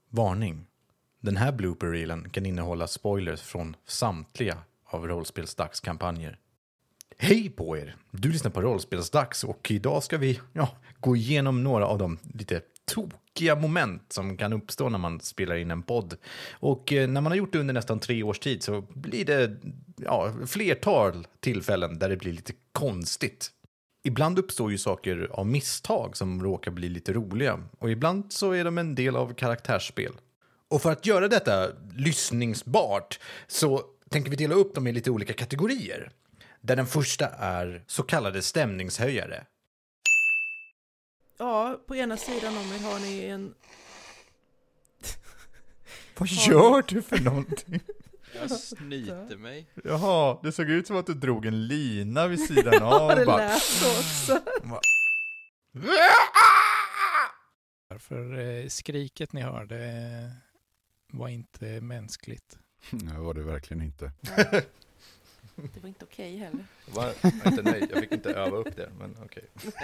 Varning. Den här blooper-reelen kan innehålla spoilers från samtliga av rollspelsdagskampanjer. Hej på er! Du lyssnar på Rollspelsdags och idag ska vi gå igenom några av de lite tokiga moment som kan uppstå när man spelar in en podd. Och när man har gjort det under nästan 3 års tid så blir det flertal tillfällen där det blir lite konstigt. Ibland uppstår ju saker av misstag som råkar bli lite roliga och ibland så är de en del av karaktärsspel. Och för att göra detta lyssningsbart så tänker vi dela upp dem i lite olika kategorier. Där den första är så kallade stämningshöjare. Ja, på ena sidan om er har ni en... Vad gör du för någonting? Jag snyter mig. Jaha, det såg ut som att du drog en lina vid sidan av. Ja, det lät så också. För skriket ni hörde var inte mänskligt. Det var det verkligen inte. Det var inte okej heller. Jag var inte nöjd, jag fick inte öva upp det, men okej.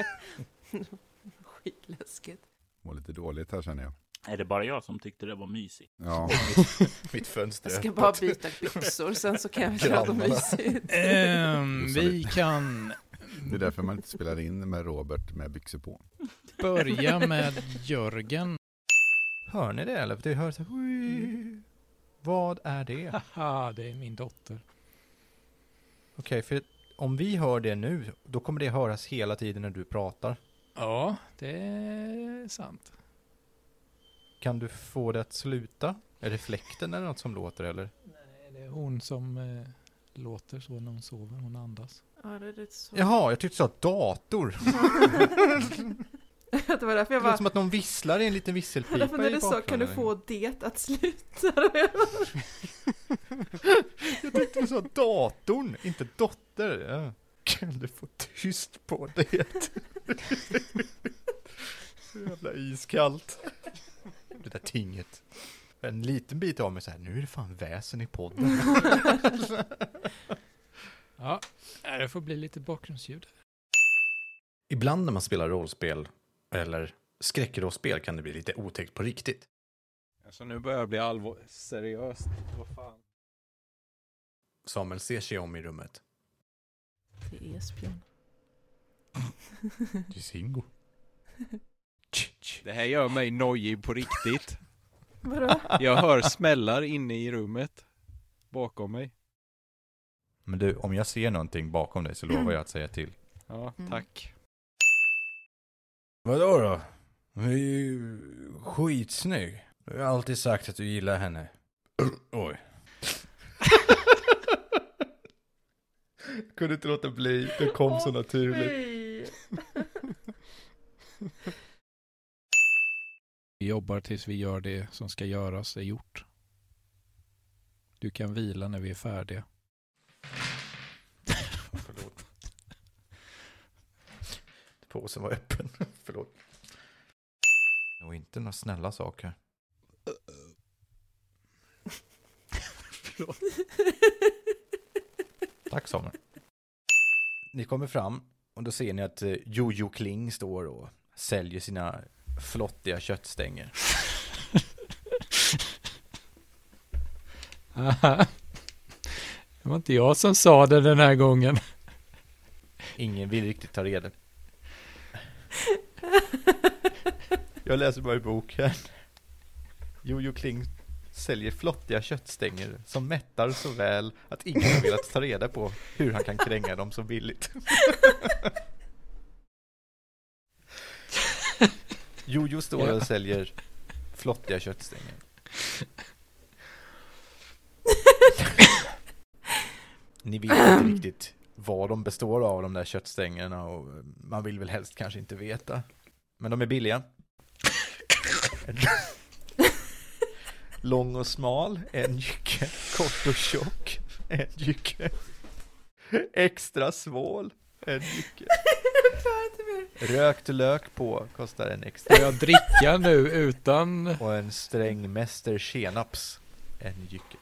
Skitläskigt. Det var lite dåligt här känner jag. Är det bara jag som tyckte det var mysigt? Ja. Mitt fönster. Jag ska bara byta byxor, sen så kan jag köra dem mysigt. Vi kan Det är därför man inte spelar in med Robert med byxor på. börja med Jörgen. Hör ni det eller? Det hörs så här. Vad är det? Haha, det är min dotter. Okej, för om vi hör det nu, då kommer det höras hela tiden när du pratar. Ja, det är sant. Kan du få det att sluta? Är det fläkten eller något som låter eller? Nej, det är hon som låter så när hon sover, hon andas. Ja, det är lite så. Jaha, jag tyckte du sa dator. Det var därför jag Det låter var... som att någon visslar i en liten visselpipa Därför när i du sa, kan du bakgrunden. få det att sluta? Jag tyckte du sa datorn, inte dotter. Ja. Kan du få tyst på det? Så jävla iskallt. Det där tinget. En liten bit av mig så här, nu är det fan väsen i podden. Ja, det får bli lite bakgrundsljud. Ibland när man spelar rollspel eller skräckrollspel kan det bli lite otäckt på riktigt. Alltså nu börjar jag bli seriöst. Vad fan? Samuel ser sig om i rummet. Det är Esbjörn. Det är Singo. Det här gör mig nojig på riktigt. Vadå? Jag hör smällar inne i rummet. Bakom mig. Men du, om jag ser någonting bakom dig så lovar jag att säga till. Ja, tack. Vadå då? Hon är ju skitsnygg. Du har alltid sagt att du gillar henne. Oj. Kunde inte låta bli. Det kom så naturligt. Nej. Vi jobbar tills vi gör det som ska göras är gjort. Du kan vila när vi är färdiga. Förlåt. Påsen var öppen. Förlåt. Och inte några snälla saker. Förlåt. Tack Samuel. Ni kommer fram och då ser ni att Jojo Kling står och säljer sina flottiga köttstänger. Det var inte jag som sa det den här gången. Ingen vill riktigt ta reda. Jag läser bara i boken. Jojo Kling säljer flottiga köttstänger som mättar så väl att ingen har velat ta reda på hur han kan kränga dem så billigt. Jojo står och säljer flottiga köttstänger. Ni vet inte riktigt vad de består av, de där köttstängerna, och man vill väl helst kanske inte veta. Men de är billiga. Lång och smal, en jycke. Kort och tjock, en jycke. Extra svål, en jycke. Rökt lök på kostar en extra. Ska jag dricka nu utan... Och en sträng mäster senaps, en jycke.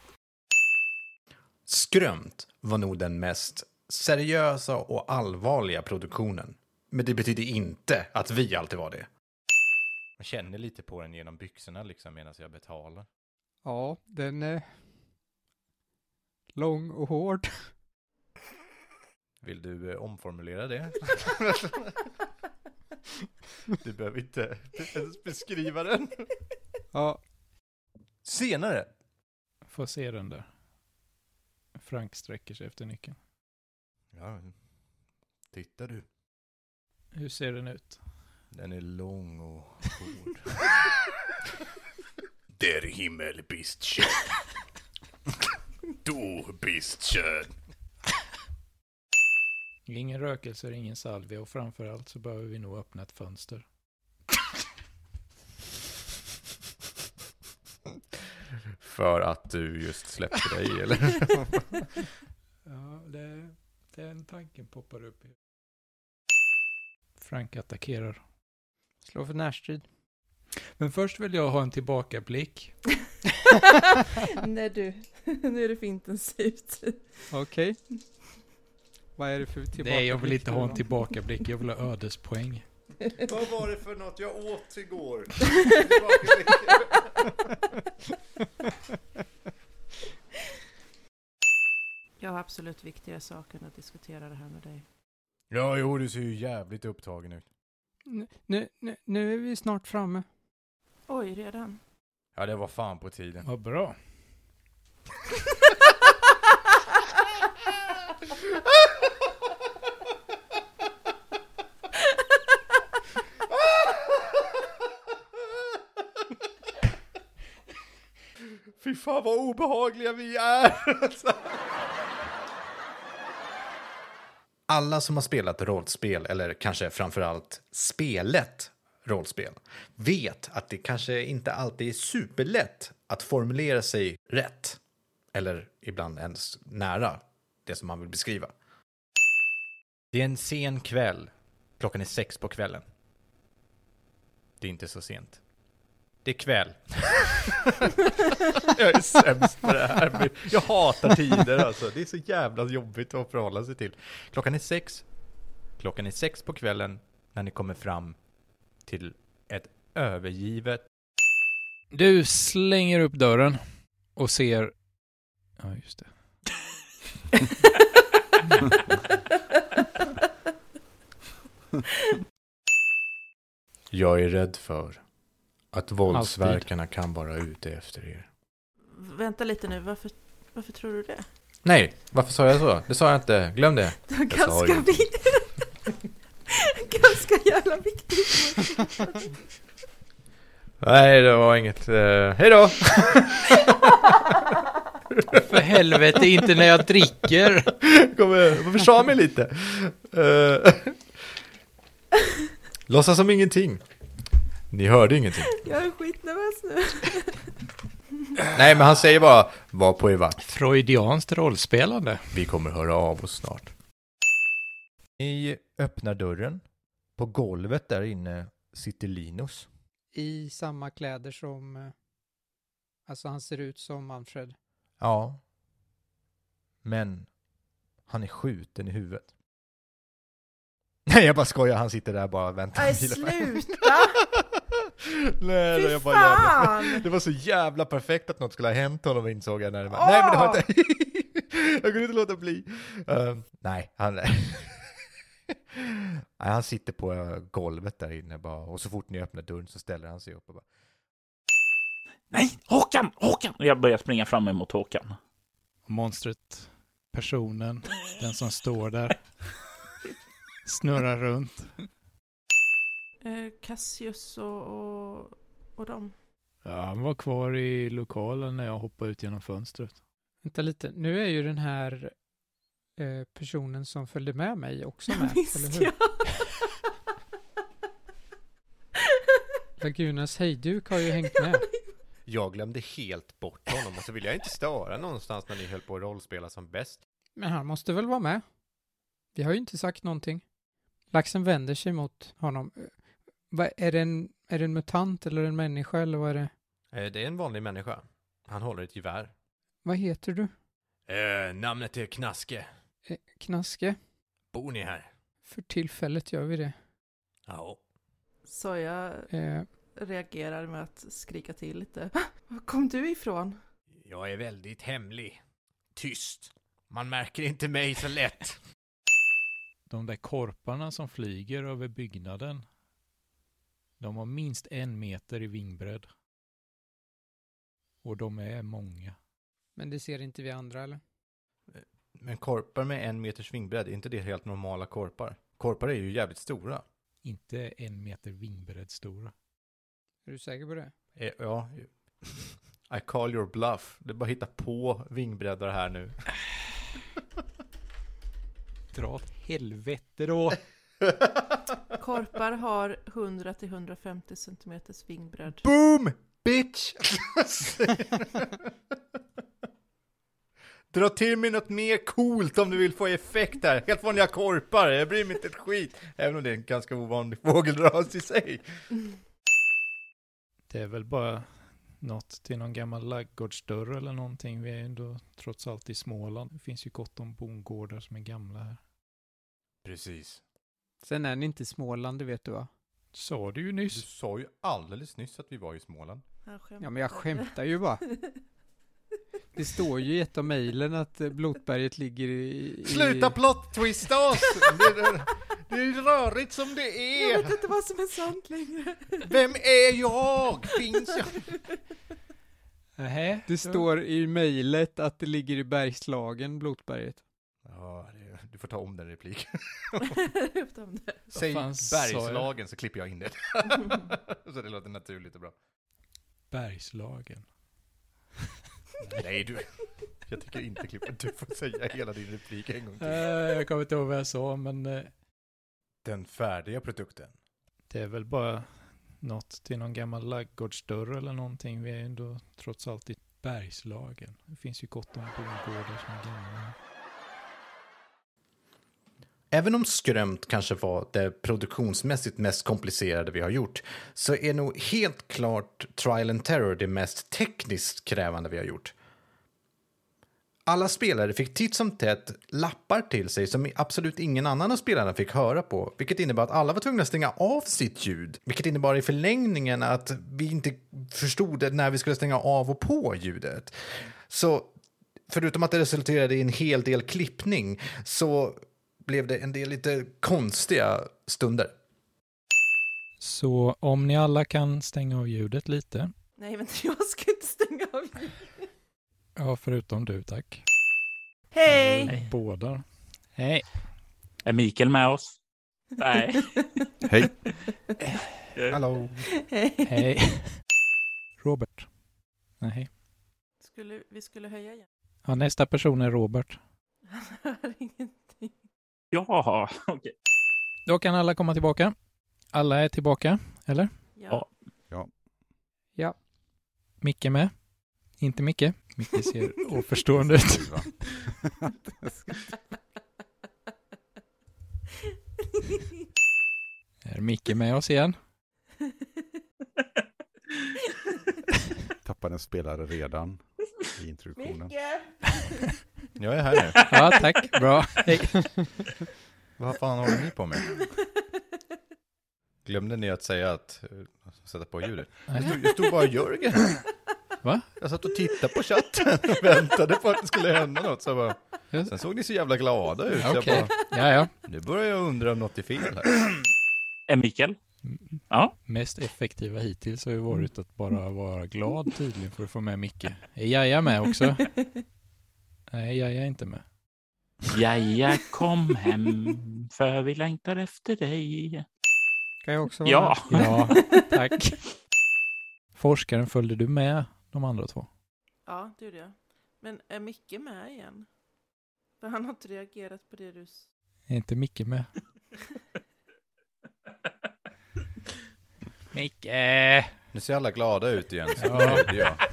Skrömt var nog den mest seriösa och allvarliga produktionen. Men det betyder inte att vi alltid var det. Jag känner lite på den genom byxorna liksom medan jag betalar. Ja, den är lång och hård. Vill du omformulera det? Du behöver inte ens beskriva den. Ja, Senare. Får se den där. Frank sträcker sig efter nyckeln. Ja, titta du. Hur ser den ut? Den är lång och hård. Der Himmel bist schön. Du bist schön. Ingen rökelse, ingen salvia och framförallt så behöver vi nog öppna ett fönster. För att du just släppte dig, eller? Ja, den tanken poppar upp. Frank attackerar. slå för närstrid. Men först vill jag ha en tillbakablick. Nej du, nu är det för intensivt. Okej. Vad är det för tillbaka? Nej, jag vill inte ha en tillbakablick. Jag vill ha ödespoäng. Vad var det för något jag åt igår? Jag har absolut viktigare saker än att diskutera det här med dig. Ja, jo, du ser ju jävligt upptagen ut. Nu är vi snart framme. Oj, redan? Ja, det var fan på tiden. Vad bra. Fy fan vad obehagliga vi är. Alla som har spelat rollspel, eller kanske framförallt spelet rollspel, vet att det kanske inte alltid är superlätt att formulera sig rätt. Eller ibland ens nära det som man vill beskriva. Det är en sen kväll. Klockan är 6 på kvällen. Det är inte så sent. Det är kväll. Jag är sämst på det här. Jag hatar tider alltså. Det är så jävla jobbigt att förhålla sig till. Klockan är 6. Klockan är 6 på kvällen när ni kommer fram till ett övergivet. Du slänger upp dörren och ser... Ja, just det. Jag är rädd för att våldsverkarna kan vara ute efter er. Vänta lite nu, varför tror du det? Nej, varför sa jag så? Det sa jag inte. Glöm det. Det var Jag sa ganska ganska jävla viktigt. Nej, det var inget. Hej då! För helvete, inte när jag dricker. Kom försvara mig lite. Låtsas som ingenting. Ni hörde ingenting. Jag är skitnervös nu. Nej, men han säger bara, var på er vakt. Freudianskt rollspelande. Vi kommer höra av oss snart. Ni öppnar dörren. På golvet där inne sitter Linus. I samma kläder som... Alltså han ser ut som Manfred. Ja. Men han är skjuten i huvudet. Nej, jag bara skojar. Han sitter där bara och väntar. Nej, sluta! Nej, Fy jag bara fan! det var så jävla perfekt att något skulle ha hänt honom, insåg jag när det var. Nej, men det var inte. Jag kunde inte låta bli. Nej, han sitter på golvet där inne bara. Och så fort ni öppnar dörren så ställer han sig upp och bara. Nej, Håkan! Och jag börjar springa fram emot Håkan. Monstret, personen, den som står där, snurrar runt. Cassius och dem. Ja, han var kvar i lokalen när jag hoppade ut genom fönstret. Vänta lite, nu är ju den här personen som följde med mig också med, Visst, eller hur? ja. Lagunas hejduk har ju hängt med. Jag glömde helt bort honom och så vill jag inte störa någonstans när ni höll på att rollspela som bäst. Men han måste väl vara med? Vi har ju inte sagt någonting. Laxen vänder sig mot honom. Är det en mutant eller en människa eller vad är det? Det är en vanlig människa. Han håller ett gevär. Vad heter du? Namnet är Knaske. Knaske? Bor ni här? För tillfället gör vi det. Ja. Så jag reagerar med att skrika till lite. Var kom du ifrån? Jag är väldigt hemlig. Tyst. Man märker inte mig så lätt. De där korparna som flyger över byggnaden, de har minst 1 meter i vingbredd. Och de är många. Men det ser inte vi andra, eller? Men korpar med 1 meters vingbredd, är inte det helt normala korpar? Korpar är ju jävligt stora. Inte 1 meter vingbredd stora. Är du säker på det? Ja. I call your bluff. Det är bara att hitta på vingbreddar här nu. Dra åt helvete då! Korpar har 100-150 centimeters vingbredd. Boom! Bitch! Dra till mig något mer coolt om du vill få effekt här. Helt vanliga korpar, jag bryr mig inte ett skit. Även om det är en ganska ovanlig fågelras i sig. Det är väl bara något till någon gammal laggårdsdörr eller någonting. Vi är ändå trots allt i Småland. Det finns ju gott om bondgårdar som är gamla här. Precis. Sen är ni inte i Småland, det vet du, va? Sa du ju Du nyss. sa ju alldeles nyss att vi var i Småland. Ja, men jag skämtar ju bara. Det står ju i ett av mejlen att Blotberget ligger i... Sluta plot-twista oss! Det är rörigt som det är. Jag vet inte vad som är sant längre. Vem är jag? Finns jag? Nähä. Det står i mejlet att det ligger i Bergslagen, Blotberget. Ja, du får ta om den repliken. Utom det. Säg fan sa jag? Bergslagen så klipper jag in det. Så det låter naturligt och bra. Bergslagen. Nej, jag tycker inte klippa. Du får säga hela din replik en gång till. Jag kommer inte ihåg vad jag sa, men Den färdiga produkten. det är väl bara något till någon gammal laggårdsdörr eller någonting. Vi är ändå trots allt i Bergslagen. Det finns ju gott om bondgårdar som är gamla här. Även om Skrömt kanske var det produktionsmässigt mest komplicerade vi har gjort, så är nog helt klart Trial and Terror det mest tekniskt krävande vi har gjort. Alla spelare fick titt som tätt lappar till sig som absolut ingen annan av spelarna fick höra på, vilket innebar att alla var tvungna att stänga av sitt ljud, vilket innebar i förlängningen att vi inte förstod när vi skulle stänga av och på ljudet. Så förutom att det resulterade i en hel del klippning så blev det en del lite konstiga stunder. Så om ni alla kan stänga av ljudet lite. Nej, men jag ska inte stänga av. Ja, förutom du, tack. Hej! Båda. Hej. Är Mikael med oss? Nej. Hej. Hallå. Hej! Hej. Robert. Nej. Vi skulle höja igen. Ja, nästa person är Robert. Han hör ingenting. Jaha, okej. Då kan alla komma tillbaka. Alla är tillbaka, eller? Ja. Ja. Micke med? Inte Micke. Micke ser oförstående ut. Är Micke med oss igen? Tappade en spelare redan i introduktionen. Jag är här nu. Ja, tack. Bra. Hej. Vad fan håller ni på med? Glömde ni att säga att sätta på ljudet? Det stod bara Jörgen. Va? Jag satt och tittade på chatten och väntade på att det skulle hända något. Så bara, sen såg ni så jävla glada ut. Så Okej. jag bara, Ja. nu börjar jag undra om något är fel här. Är Mikael? Ja. Mest effektiva hittills har ju varit att bara vara glad tydligen för att få med Micke. Är Jaja med också? Nej, Jaja är inte med. Jaja, kom hem, för vi längtar efter dig. Kan jag också vara Ja. Ja, tack. Forskaren, följde du med de andra två? Ja, det gjorde jag. Men är Micke med igen? För han har inte reagerat på det du... Är inte Micke med? Micke! Nu ser alla glada ut igen. Så Ja. det är jag.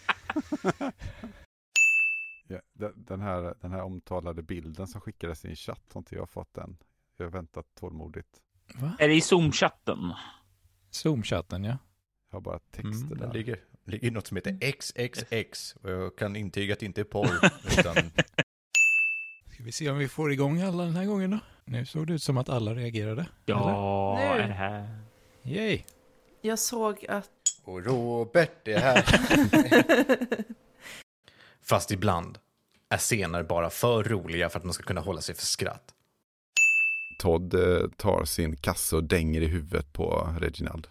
Ja, den här omtalade bilden som skickades i en chatt har inte jag fått än. Jag har väntat tålmodigt. Va? Är det i Zoom-chatten? Zoom-chatten, ja. Jag har bara texter Det där. ligger något som heter XXX. Och jag kan intyga att det inte är porr. Utan Ska vi se om vi får igång alla den här gången då? Nu såg det ut som att alla reagerade. Ja, Nu. är det här. Yay! Jag såg att... Och Robert är här. Fast ibland är scener bara för roliga för att man ska kunna hålla sig för skratt. Todd tar sin kasse och dänger i huvudet på Reginald.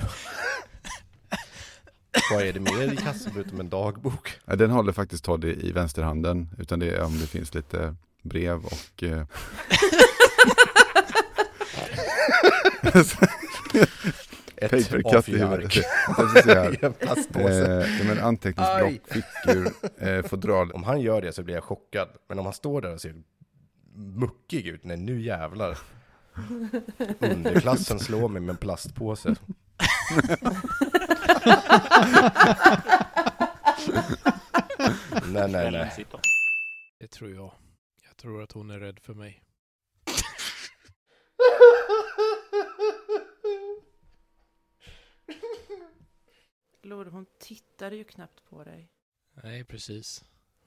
Vad är det mer i kassan förutom en dagbok? Nej, den håller faktiskt Todd i vänsterhanden. Utan det är om det finns lite brev och... Ett papercut i huvudet. En anteckningsblock, fickor, fodral. Om han gör det så blir jag chockad. Men om han står där och ser muckig ut, nej nu jävlar. Underklassen slår mig med en plastpåse. nej. Det tror jag. Jag tror att hon är rädd för mig. Lord, hon tittade ju knappt på dig. Nej, precis.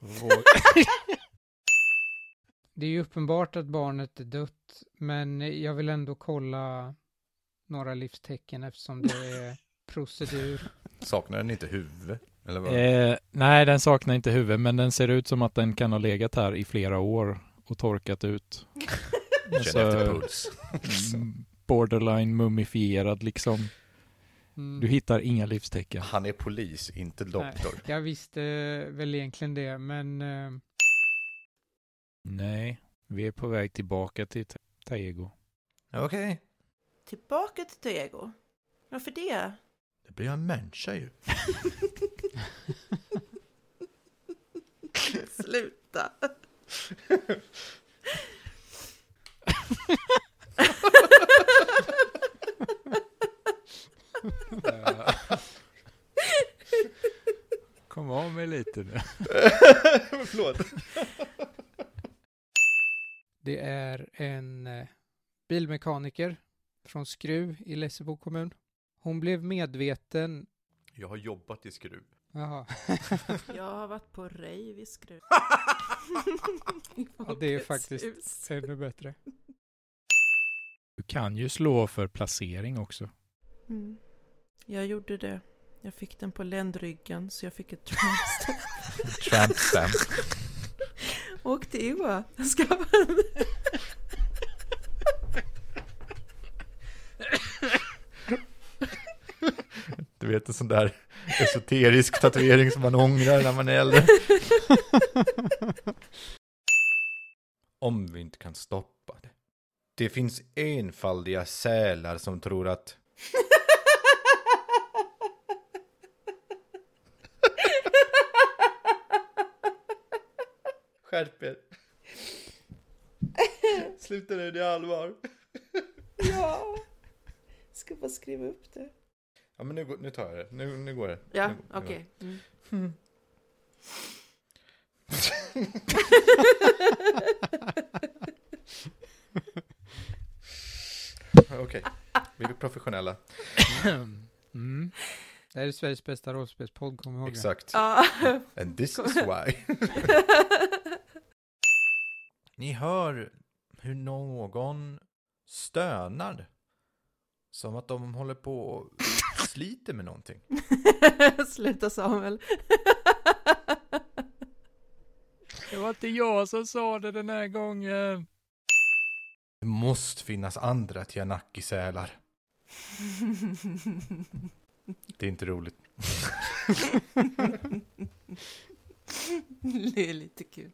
Det är ju uppenbart att barnet är dött, men jag vill ändå kolla några livstecken eftersom det är procedur. Saknar den inte huvud? Eller vad? Nej, den saknar inte huvud, men den ser ut som att den kan ha legat här i flera år och torkat ut. Känner efter puls. Borderline mumifierad liksom. Du hittar inga livstecken. Han är polis, inte doktor. Nej, jag visste väl egentligen det, men... Nej, vi är på väg tillbaka till Taego. Okej. Tillbaka till Taego? Varför det? Det blir en människa ju. Sluta. Kom av mig lite nu. Förlåt. Det är en bilmekaniker från Skruv i Lessebo kommun. Hon blev medveten... Jag har jobbat i Skruv. Jaha. Jag har varit på rave i Skruv. Ja, det är faktiskt ännu bättre. Du kan ju slå för placering också. Mm. Jag gjorde det. Jag fick den på ländryggen så jag fick ett tramp. Tramp stamp. Åkte Iwa. Jag ska Du vet en sån där esoterisk tatuering som man ångrar när man är äldre. Om vi inte kan stoppa det. Det finns enfaldiga sälar som tror att... Skärp er. Sluta nu, det är allvar. Ja. Ska bara skriva upp det. Ja, men nu tar jag det. Nu går det. Ja, okej. Okay. Mm. Okej, vi är professionella. Mm. Det här är Sveriges bästa rollspelspodd, kom ihåg det. Exakt. And this is why. Ni hör hur någon stönar. Som att de håller på och sliter med någonting. Sluta, Samuel. Det var inte jag som sa det den här gången. Det måste finnas andra Tianaki-sälar. Det är inte roligt. Det är lite kul.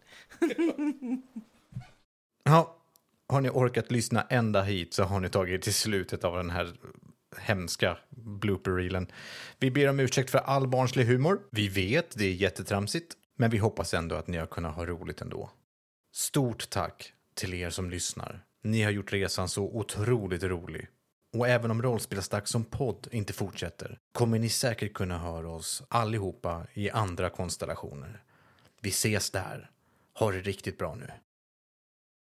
Ja, har ni orkat lyssna ända hit så har ni tagit till slutet av den här hemska blooper-reelen. Vi ber om ursäkt för all barnslig humor. Vi vet, det är jättetramsigt. Men vi hoppas ändå att ni har kunnat ha roligt ändå. Stort tack till er som lyssnar. Ni har gjort resan så otroligt rolig. Och även om Rollspelsdags som podd inte fortsätter kommer ni säkert kunna höra oss allihopa i andra konstellationer. Vi ses där. Ha det riktigt bra nu.